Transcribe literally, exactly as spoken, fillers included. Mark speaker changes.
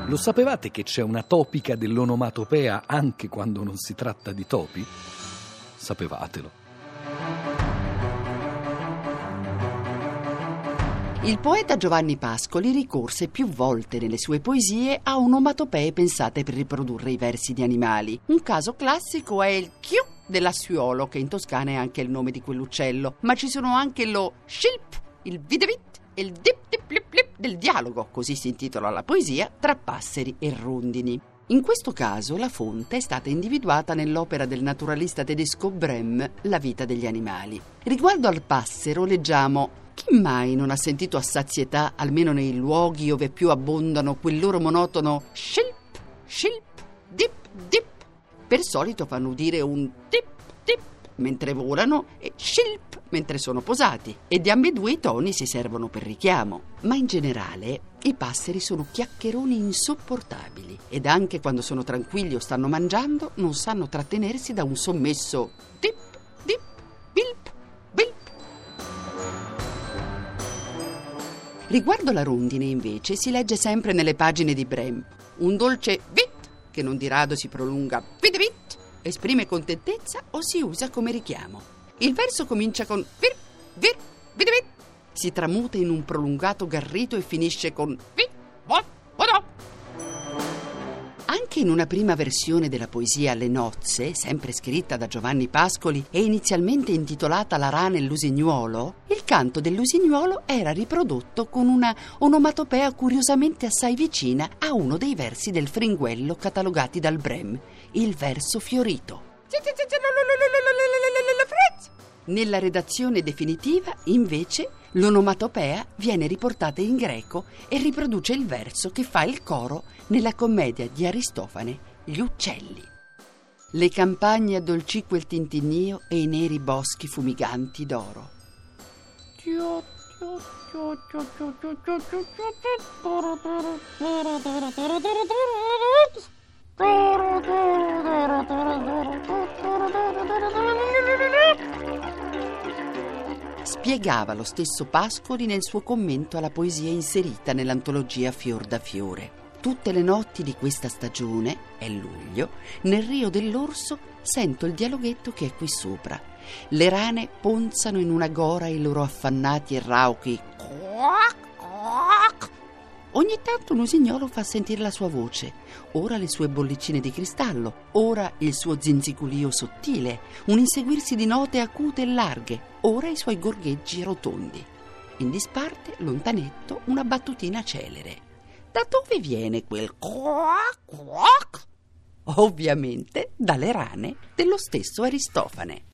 Speaker 1: Lo sapevate che c'è una topica dell'onomatopea anche quando non si tratta di topi? Sapevatelo.
Speaker 2: Il poeta Giovanni Pascoli ricorse più volte nelle sue poesie a onomatopee pensate per riprodurre i versi di animali. Un caso classico è il chiù dell'assuolo, che in Toscana è anche il nome di quell'uccello, ma ci sono anche lo scilp, il videvit e il dip dip lip lip del dialogo, così si intitola la poesia, tra passeri e rondini. In questo caso la fonte è stata individuata nell'opera del naturalista tedesco Brehm, La vita degli animali. Riguardo al passero leggiamo: chi mai non ha sentito a sazietà, almeno nei luoghi ove più abbondano, quel loro monotono scilp, scilp, dip, dip? Per solito fanno udire un dip, dip mentre volano e scilp mentre sono posati, e di ambedue i toni si servono per richiamo. Ma in generale i passeri sono chiacchieroni insopportabili, ed anche quando sono tranquilli o stanno mangiando non sanno trattenersi da un sommesso dip, dip, bilp, bilp. Riguardo la rondine, invece, si legge sempre nelle pagine di Brehm un dolce vit, che non di rado si prolunga videvit, esprime contentezza o si usa come richiamo. Il verso comincia con vir, vir, videvit, si tramuta in un prolungato garrito e finisce con vi, vo, vodò. Anche in una prima versione della poesia Le nozze, sempre scritta da Giovanni Pascoli e inizialmente intitolata La rana e l'usignuolo, il canto dell'usignuolo era riprodotto con una onomatopea curiosamente assai vicina a uno dei versi del Fringuello catalogati dal Brehm, il verso fiorito. Nella redazione definitiva, invece, l'onomatopea viene riportata in greco e riproduce il verso che fa il coro nella commedia di Aristofane, Gli uccelli. Le campagne addolcì il tintinnio e i neri boschi fumiganti d'oro. Spiegava lo stesso Pascoli nel suo commento alla poesia inserita nell'antologia Fior da fiore. Tutte le notti di questa stagione, è luglio, nel Rio dell'Orso sento il dialoghetto che è qui sopra. Le rane ponzano in una gora i loro affannati e rauchi quack, quack. Ogni tanto un usignolo fa sentire la sua voce, ora le sue bollicine di cristallo, ora il suo zinziculio sottile, un inseguirsi di note acute e larghe, ora i suoi gorgheggi rotondi. In disparte, lontanetto, una battutina celere. Da dove viene quel quack quack? Ovviamente dalle rane dello stesso Aristofane.